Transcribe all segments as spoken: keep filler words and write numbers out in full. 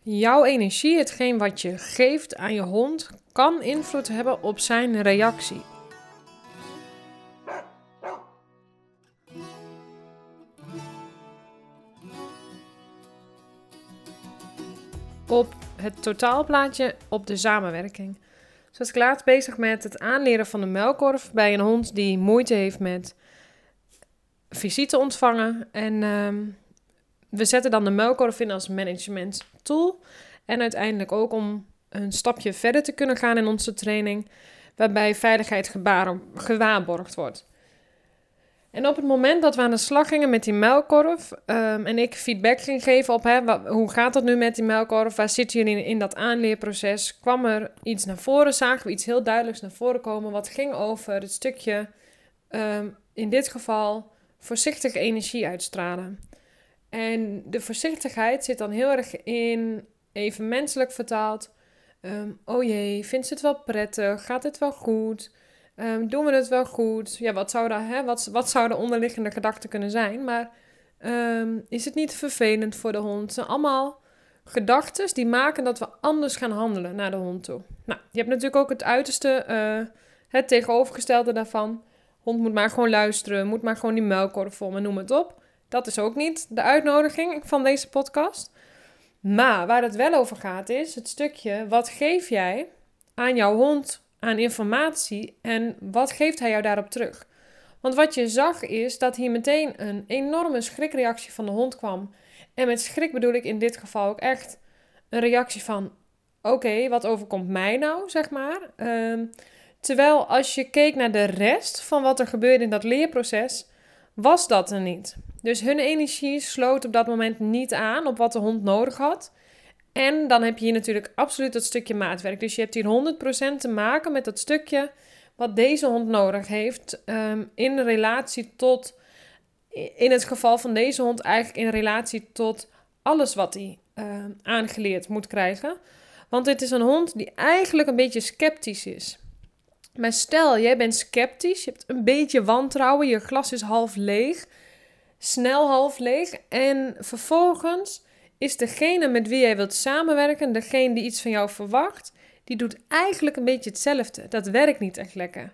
Jouw energie, hetgeen wat je geeft aan je hond, kan invloed hebben op zijn reactie. Op het totaalplaatje, op de samenwerking. Zo was ik laatst bezig met het aanleren van de muilkorf bij een hond die moeite heeft met visite ontvangen. En um, we zetten dan de muilkorf in als management tool. En uiteindelijk ook om een stapje verder te kunnen gaan in onze training, waarbij veiligheid gebaren, gewaarborgd wordt. En op het moment dat we aan de slag gingen met die muilkorf um, en ik feedback ging geven op hè, wat, hoe gaat het nu met die muilkorf, waar zitten jullie in, in dat aanleerproces, kwam er iets naar voren, zagen we iets heel duidelijks naar voren komen, wat ging over het stukje, um, in dit geval, voorzichtige energie uitstralen. En de voorzichtigheid zit dan heel erg in, even menselijk vertaald, um, oh jee, vindt ze het wel prettig, gaat het wel goed? Um, doen we het wel goed? Ja, wat zou, daar, hè, wat, wat zou de onderliggende gedachte kunnen zijn? Maar um, is het niet vervelend voor de hond? Het zijn allemaal gedachten die maken dat we anders gaan handelen naar de hond toe. Nou, je hebt natuurlijk ook het uiterste, uh, het tegenovergestelde daarvan. Hond moet maar gewoon luisteren, moet maar gewoon die muilkorf vol, maar noem het op. Dat is ook niet de uitnodiging van deze podcast. Maar waar het wel over gaat is het stukje, wat geef jij aan jouw hond aan informatie en wat geeft hij jou daarop terug? Want wat je zag is dat hier meteen een enorme schrikreactie van de hond kwam. En met schrik bedoel ik in dit geval ook echt een reactie van, oké, okay, wat overkomt mij nou, zeg maar. Um, terwijl als je keek naar de rest van wat er gebeurde in dat leerproces, was dat er niet. Dus hun energie sloot op dat moment niet aan op wat de hond nodig had. En dan heb je hier natuurlijk absoluut dat stukje maatwerk. Dus je hebt hier honderd procent te maken met dat stukje wat deze hond nodig heeft. Um, in relatie tot, in het geval van deze hond eigenlijk in relatie tot alles wat hij uh, aangeleerd moet krijgen. Want dit is een hond die eigenlijk een beetje sceptisch is. Maar stel, jij bent sceptisch, je hebt een beetje wantrouwen, je glas is half leeg, snel half leeg. En vervolgens is degene met wie jij wilt samenwerken, degene die iets van jou verwacht, die doet eigenlijk een beetje hetzelfde. Dat werkt niet echt lekker.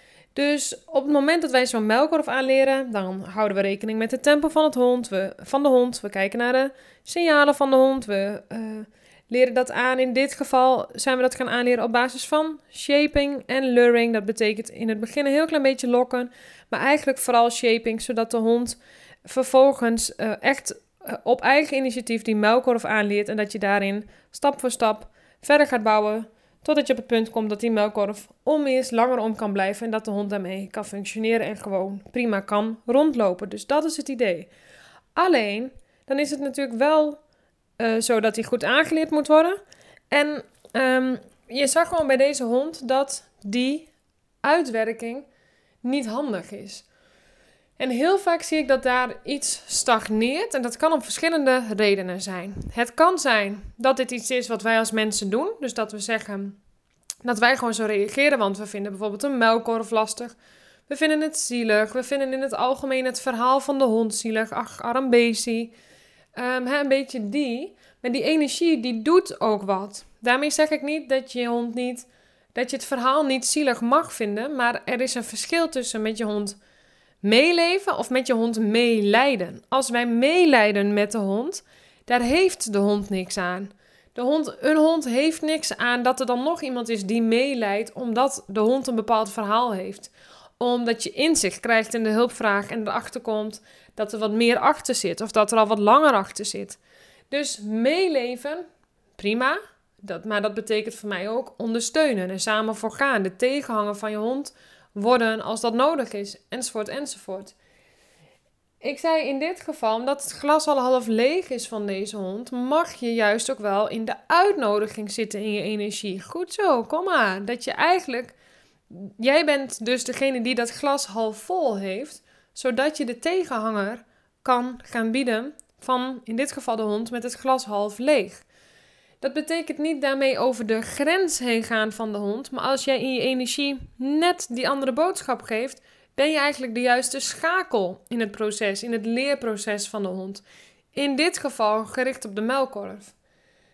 Dus op het moment dat wij zo'n muilkorf aanleren, dan houden we rekening met het tempo van, het hond, we, van de hond. We kijken naar de signalen van de hond. We uh, leren dat aan. In dit geval zijn we dat gaan aanleren op basis van shaping en luring. Dat betekent in het begin een heel klein beetje lokken, maar eigenlijk vooral shaping, zodat de hond vervolgens uh, echt op eigen initiatief die muilkorf aanleert en dat je daarin stap voor stap verder gaat bouwen totdat je op het punt komt dat die muilkorf om is, langer om kan blijven en dat de hond daarmee kan functioneren en gewoon prima kan rondlopen. Dus dat is het idee. Alleen, dan is het natuurlijk wel uh, zo dat hij goed aangeleerd moet worden. En um, je zag gewoon bij deze hond dat die uitwerking niet handig is. En heel vaak zie ik dat daar iets stagneert en dat kan om verschillende redenen zijn. Het kan zijn dat dit iets is wat wij als mensen doen. Dus dat we zeggen dat wij gewoon zo reageren, want we vinden bijvoorbeeld een muilkorf lastig. We vinden het zielig, we vinden in het algemeen het verhaal van de hond zielig. Ach, arm beestie. Um, een beetje die. Maar die energie, die doet ook wat. Daarmee zeg ik niet dat je hond niet, dat je het verhaal niet zielig mag vinden, maar er is een verschil tussen met je hond meeleven of met je hond meelijden. Als wij meelijden met de hond, daar heeft de hond niks aan. De hond, een hond heeft niks aan dat er dan nog iemand is die meelijdt omdat de hond een bepaald verhaal heeft. Omdat je inzicht krijgt in de hulpvraag en erachter komt dat er wat meer achter zit of dat er al wat langer achter zit. Dus meeleven, prima. Dat, maar dat betekent voor mij ook ondersteunen en samen voor gaan. De tegenhanger van je hond worden als dat nodig is, enzovoort, enzovoort. Ik zei in dit geval, omdat het glas al half leeg is van deze hond, mag je juist ook wel in de uitnodiging zitten in je energie. Goed zo, kom maar. Dat je eigenlijk, jij bent dus degene die dat glas half vol heeft, zodat je de tegenhanger kan gaan bieden van, in dit geval de hond, met het glas half leeg. Dat betekent niet daarmee over de grens heen gaan van de hond, maar als jij in je energie net die andere boodschap geeft, ben je eigenlijk de juiste schakel in het proces, in het leerproces van de hond. In dit geval gericht op de muilkorf.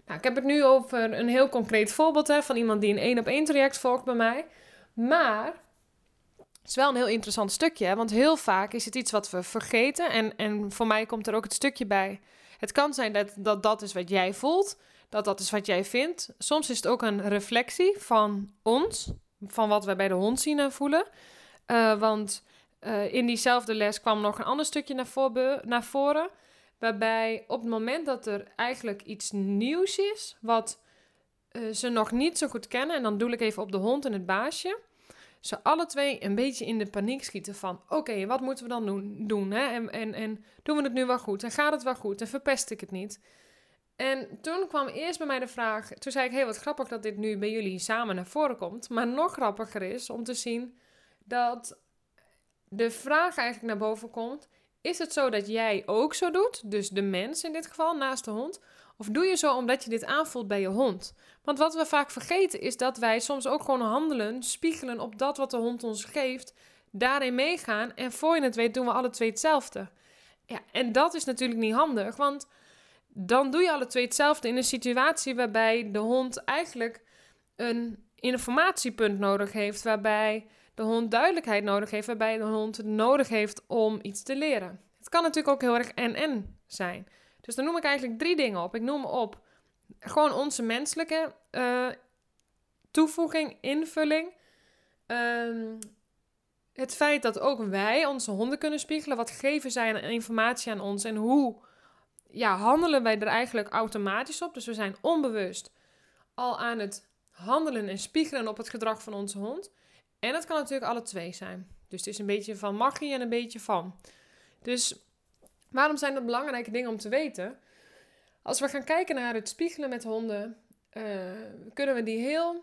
Nou, ik heb het nu over een heel concreet voorbeeld hè, van iemand die een één op één traject volgt bij mij. Maar het is wel een heel interessant stukje, hè, want heel vaak is het iets wat we vergeten. En, en voor mij komt er ook het stukje bij. Het kan zijn dat, dat dat is wat jij voelt, dat dat is wat jij vindt. Soms is het ook een reflectie van ons, van wat wij bij de hond zien en voelen. Uh, want uh, in diezelfde les kwam nog een ander stukje naar, voorbe- naar voren. Waarbij op het moment dat er eigenlijk iets nieuws is, wat uh, ze nog niet zo goed kennen, en dan doe ik even op de hond en het baasje, ze alle twee een beetje in de paniek schieten van, oké, okay, wat moeten we dan doen? doen hè? En, en, en doen we het nu wel goed? En gaat het wel goed? En verpest ik het niet? En toen kwam eerst bij mij de vraag, toen zei ik, hé, hey, wat grappig dat dit nu bij jullie samen naar voren komt. Maar nog grappiger is om te zien dat de vraag eigenlijk naar boven komt, is het zo dat jij ook zo doet, dus de mens in dit geval, naast de hond, of doe je zo omdat je dit aanvoelt bij je hond? Want wat we vaak vergeten is dat wij soms ook gewoon handelen, spiegelen op dat wat de hond ons geeft, daarin meegaan en voor je het weet doen we alle twee hetzelfde. Ja, en dat is natuurlijk niet handig, want dan doe je alle twee hetzelfde in een situatie waarbij de hond eigenlijk een informatiepunt nodig heeft, waarbij de hond duidelijkheid nodig heeft, waarbij de hond het nodig heeft om iets te leren. Het kan natuurlijk ook heel erg en-en zijn. Dus dan noem ik eigenlijk drie dingen op. Ik noem op gewoon onze menselijke uh, toevoeging, invulling. Um, het feit dat ook wij onze honden kunnen spiegelen. Wat geven zij aan informatie aan ons en hoe ja, handelen wij er eigenlijk automatisch op. Dus we zijn onbewust al aan het handelen en spiegelen op het gedrag van onze hond. En het kan natuurlijk alle twee zijn. Dus het is een beetje van magie en een beetje van. Dus waarom zijn dat belangrijke dingen om te weten? Als we gaan kijken naar het spiegelen met honden, uh, kunnen we die heel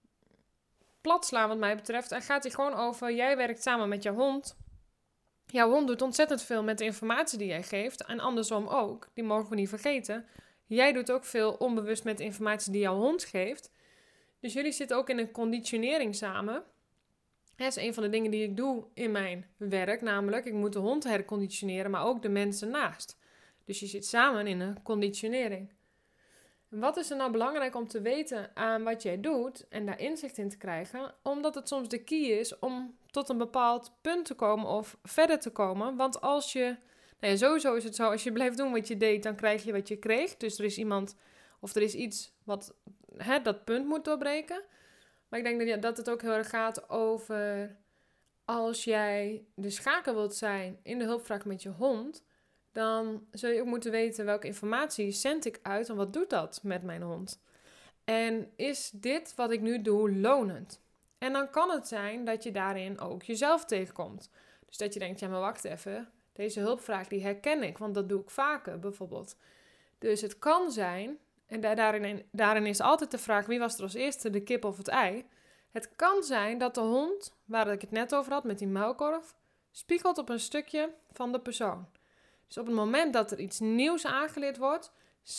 plat slaan wat mij betreft. En gaat die gewoon over, jij werkt samen met je hond. Jouw hond doet ontzettend veel met de informatie die jij geeft. En andersom ook, die mogen we niet vergeten. Jij doet ook veel onbewust met de informatie die jouw hond geeft. Dus jullie zitten ook in een conditionering samen. Dat is een van de dingen die ik doe in mijn werk. Namelijk, ik moet de hond herconditioneren, maar ook de mensen naast. Dus je zit samen in een conditionering. En wat is er nou belangrijk om te weten aan wat jij doet en daar inzicht in te krijgen? Omdat het soms de key is om tot een bepaald punt te komen of verder te komen. Want als je, nou ja, sowieso is het zo, als je blijft doen wat je deed, dan krijg je wat je kreeg. Dus er is iemand of er is iets wat hè, dat punt moet doorbreken. Maar ik denk dat, ja, dat het ook heel erg gaat over als jij de schaker wilt zijn in de hulpvraag met je hond, dan zul je ook moeten weten welke informatie zend ik uit en wat doet dat met mijn hond. En is dit wat ik nu doe lonend? En dan kan het zijn dat je daarin ook jezelf tegenkomt. Dus dat je denkt, ja maar wacht even, deze hulpvraag die herken ik, want dat doe ik vaker bijvoorbeeld. Dus het kan zijn, en daarin, daarin is altijd de vraag, wie was er als eerste, de kip of het ei? Het kan zijn dat de hond, waar ik het net over had met die muilkorf, spiegelt op een stukje van de persoon. Dus op het moment dat er iets nieuws aangeleerd wordt,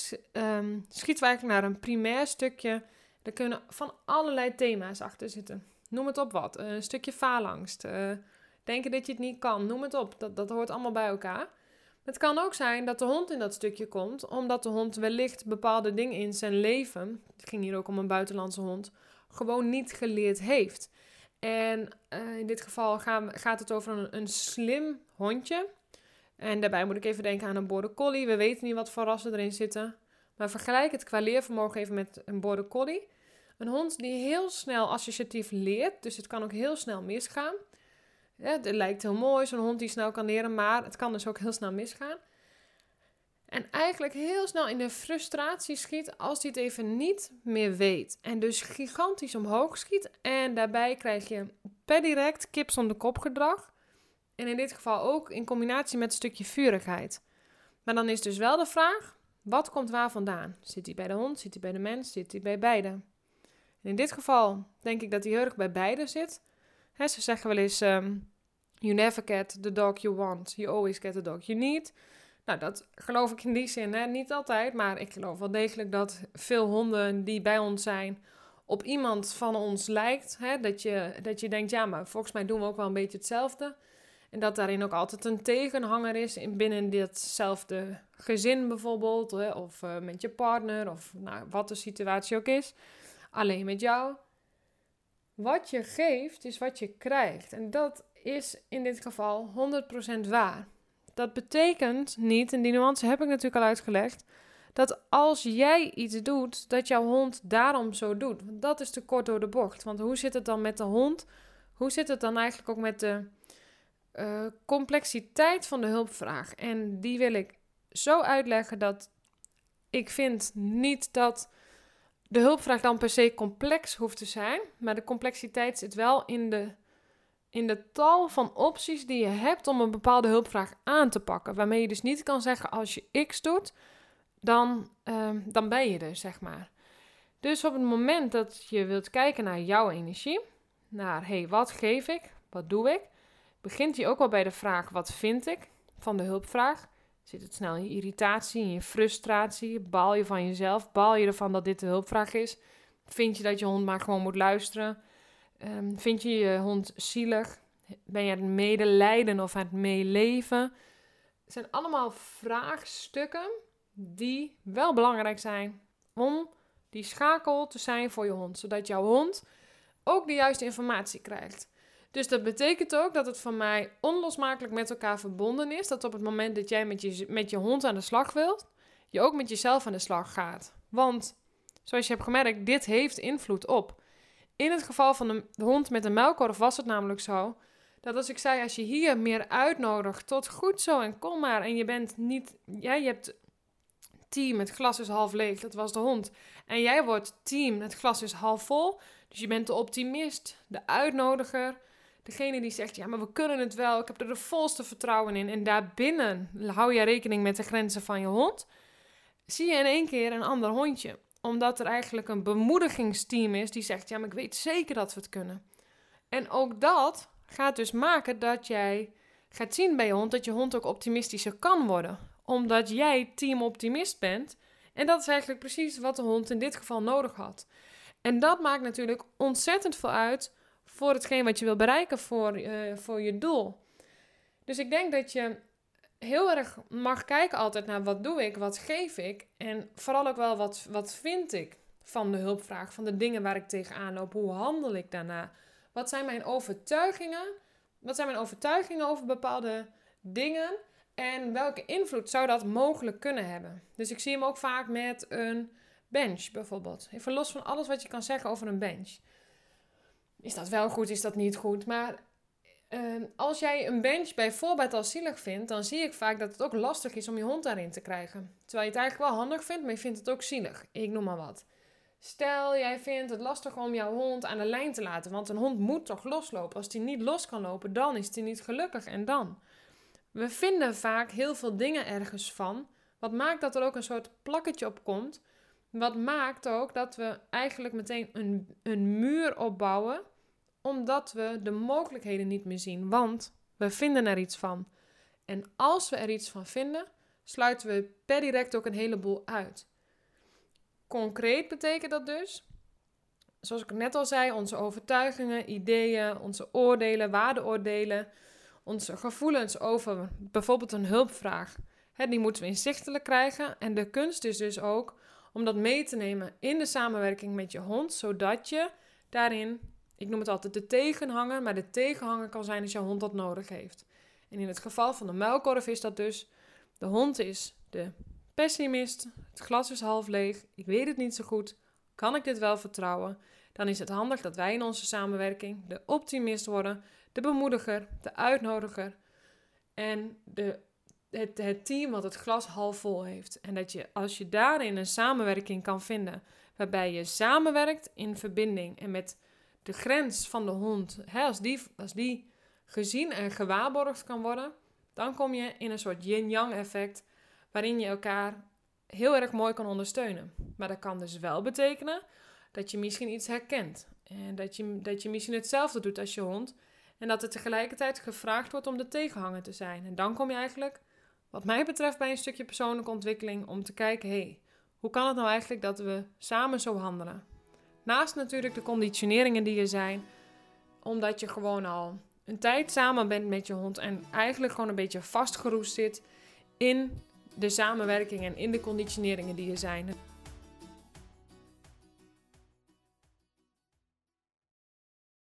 um, schieten we eigenlijk naar een primair stukje. Er kunnen van allerlei thema's achter zitten. Noem het op wat. Een stukje faalangst. Uh, denken dat je het niet kan. Noem het op. Dat, dat hoort allemaal bij elkaar. Het kan ook zijn dat de hond in dat stukje komt, omdat de hond wellicht bepaalde dingen in zijn leven, het ging hier ook om een buitenlandse hond, gewoon niet geleerd heeft. En uh, in dit geval gaan, gaat het over een, een slim hondje. En daarbij moet ik even denken aan een border collie. We weten niet wat voor rassen erin zitten. Maar vergelijk het qua leervermogen even met een border collie. Een hond die heel snel associatief leert. Dus het kan ook heel snel misgaan. Ja, het lijkt heel mooi, zo'n hond die snel kan leren. Maar het kan dus ook heel snel misgaan. En eigenlijk heel snel in de frustratie schiet als hij het even niet meer weet. En dus gigantisch omhoog schiet. En daarbij krijg je per direct kip zonder kop gedrag. En in dit geval ook in combinatie met een stukje vurigheid. Maar dan is dus wel de vraag, wat komt waar vandaan? Zit hij bij de hond, zit hij bij de mens, zit hij bij beide? En in dit geval denk ik dat hij heel erg bij beide zit. He, ze zeggen wel eens, um, you never get the dog you want, you always get the dog you need. Nou, dat geloof ik in die zin, hè? Niet altijd, maar ik geloof wel degelijk dat veel honden die bij ons zijn op iemand van ons lijkt. Hè? Dat je, dat je denkt, ja, maar volgens mij doen we ook wel een beetje hetzelfde. En dat daarin ook altijd een tegenhanger is in binnen ditzelfde gezin bijvoorbeeld. Hè, of uh, met je partner of nou, wat de situatie ook is. Alleen met jou. Wat je geeft is wat je krijgt. En dat is in dit geval honderd procent waar. Dat betekent niet, en die nuance heb ik natuurlijk al uitgelegd, dat als jij iets doet, dat jouw hond daarom zo doet. Want dat is te kort door de bocht. Want hoe zit het dan met de hond? Hoe zit het dan eigenlijk ook met de uh, complexiteit van de hulpvraag? En die wil ik zo uitleggen dat ik vind niet dat de hulpvraag dan per se complex hoeft te zijn. Maar de complexiteit zit wel in de, in de tal van opties die je hebt om een bepaalde hulpvraag aan te pakken. Waarmee je dus niet kan zeggen, als je X doet, dan, uh, dan ben je er, zeg maar. Dus op het moment dat je wilt kijken naar jouw energie, naar, hé, hey, wat geef ik, wat doe ik, begint je ook al bij de vraag, wat vind ik van de hulpvraag? Zit het snel in je irritatie, in je frustratie? Baal je van jezelf? Baal je ervan dat dit de hulpvraag is? Vind je dat je hond maar gewoon moet luisteren? Um, vind je je hond zielig? Ben je aan het medelijden of aan het meeleven? Het zijn allemaal vraagstukken die wel belangrijk zijn om die schakel te zijn voor je hond. Zodat jouw hond ook de juiste informatie krijgt. Dus dat betekent ook dat het van mij onlosmakelijk met elkaar verbonden is. Dat op het moment dat jij met je, met je hond aan de slag wilt, je ook met jezelf aan de slag gaat. Want, zoals je hebt gemerkt, dit heeft invloed op. In het geval van de hond met een muilkorf was het namelijk zo, dat als ik zei, als je hier meer uitnodigt tot goed zo en kom maar. En je bent niet, ja, je hebt team, het glas is half leeg, dat was de hond. En jij wordt team, het glas is half vol. Dus je bent de optimist, de uitnodiger. Degene die zegt, ja, maar we kunnen het wel. Ik heb er de volste vertrouwen in. En daarbinnen hou je rekening met de grenzen van je hond. Zie je in één keer een ander hondje. Omdat er eigenlijk een bemoedigingsteam is die zegt, ja, maar ik weet zeker dat we het kunnen. En ook dat gaat dus maken dat jij gaat zien bij je hond dat je hond ook optimistischer kan worden. Omdat jij teamoptimist bent. En dat is eigenlijk precies wat de hond in dit geval nodig had. En dat maakt natuurlijk ontzettend veel uit voor hetgeen wat je wil bereiken voor, uh, voor je doel. Dus ik denk dat je heel erg mag kijken altijd naar wat doe ik, wat geef ik. En vooral ook wel wat, wat vind ik van de hulpvraag, van de dingen waar ik tegenaan loop. Hoe handel ik daarna? Wat zijn mijn overtuigingen? Wat zijn mijn overtuigingen over bepaalde dingen? En welke invloed zou dat mogelijk kunnen hebben? Dus ik zie hem ook vaak met een bench bijvoorbeeld. Even los van alles wat je kan zeggen over een bench. Is dat wel goed, is dat niet goed? Maar uh, als jij een bench bij voorbaat al zielig vindt, dan zie ik vaak dat het ook lastig is om je hond daarin te krijgen. Terwijl je het eigenlijk wel handig vindt, maar je vindt het ook zielig. Ik noem maar wat. Stel, jij vindt het lastig om jouw hond aan de lijn te laten, want een hond moet toch loslopen. Als die niet los kan lopen, dan is die niet gelukkig en dan. We vinden vaak heel veel dingen ergens van. Wat maakt dat er ook een soort plakketje op komt. Wat maakt ook dat we eigenlijk meteen een, een muur opbouwen, omdat we de mogelijkheden niet meer zien. Want we vinden er iets van. En als we er iets van vinden, sluiten we per direct ook een heleboel uit. Concreet betekent dat dus, zoals ik net al zei, onze overtuigingen, ideeën, onze oordelen, waardeoordelen, onze gevoelens over bijvoorbeeld een hulpvraag. Hè, die moeten we inzichtelijk krijgen. En de kunst is dus ook om dat mee te nemen in de samenwerking met je hond, zodat je daarin, ik noem het altijd de tegenhanger, maar de tegenhanger kan zijn als jouw hond dat nodig heeft. En in het geval van de muilkorf is dat dus, de hond is de pessimist, het glas is half leeg, ik weet het niet zo goed, kan ik dit wel vertrouwen? Dan is het handig dat wij in onze samenwerking de optimist worden, de bemoediger, de uitnodiger en de, het, het team wat het glas half vol heeft. En dat je, als je daarin een samenwerking kan vinden, waarbij je samenwerkt in verbinding en met de grens van de hond, hè, als, die, als die gezien en gewaarborgd kan worden, dan kom je in een soort yin-yang effect, waarin je elkaar heel erg mooi kan ondersteunen. Maar dat kan dus wel betekenen dat je misschien iets herkent. En dat je, dat je misschien hetzelfde doet als je hond. En dat er tegelijkertijd gevraagd wordt om de tegenhanger te zijn. En dan kom je eigenlijk, wat mij betreft, bij een stukje persoonlijke ontwikkeling om te kijken, hé, hey, hoe kan het nou eigenlijk dat we samen zo handelen? Naast natuurlijk de conditioneringen die er zijn, omdat je gewoon al een tijd samen bent met je hond en eigenlijk gewoon een beetje vastgeroest zit in de samenwerking en in de conditioneringen die er zijn.